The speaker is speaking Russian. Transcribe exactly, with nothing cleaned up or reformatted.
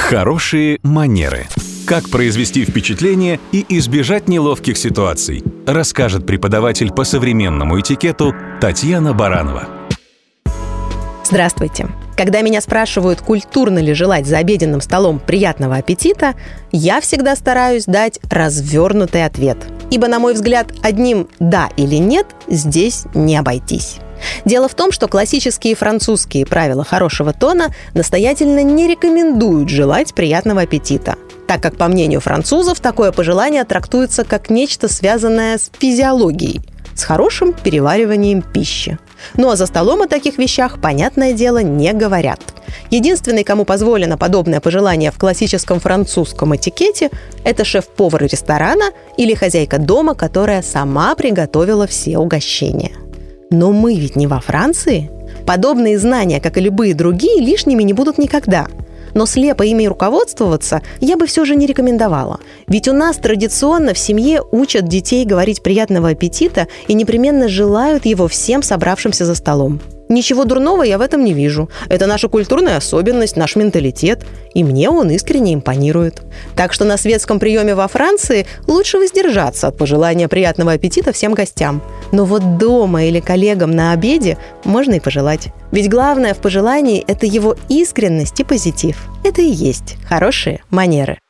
Хорошие манеры. Как произвести впечатление и избежать неловких ситуаций, расскажет преподаватель по современному этикету Татьяна Баранова. Здравствуйте! Когда меня спрашивают, культурно ли желать за обеденным столом приятного аппетита, я всегда стараюсь дать развернутый ответ. Ибо, на мой взгляд, одним «да» или «нет» здесь не обойтись. Дело в том, что классические французские правила хорошего тона настоятельно не рекомендуют желать приятного аппетита, так как, по мнению французов, такое пожелание трактуется как нечто, связанное с физиологией, с хорошим перевариванием пищи. Ну а за столом о таких вещах, понятное дело, не говорят. Единственный, кому позволено подобное пожелание в классическом французском этикете, это шеф-повар ресторана или хозяйка дома, которая сама приготовила все угощения. Но мы ведь не во Франции. Подобные знания, как и любые другие, лишними не будут никогда. Но слепо ими руководствоваться я бы все же не рекомендовала. Ведь у нас традиционно в семье учат детей говорить приятного аппетита и непременно желают его всем собравшимся за столом. Ничего дурного я в этом не вижу. Это наша культурная особенность, наш менталитет, и мне он искренне импонирует. Так что на светском приеме во Франции лучше воздержаться от пожелания приятного аппетита всем гостям. Но вот дома или коллегам на обеде можно и пожелать. Ведь главное в пожелании – это его искренность и позитив. Это и есть хорошие манеры.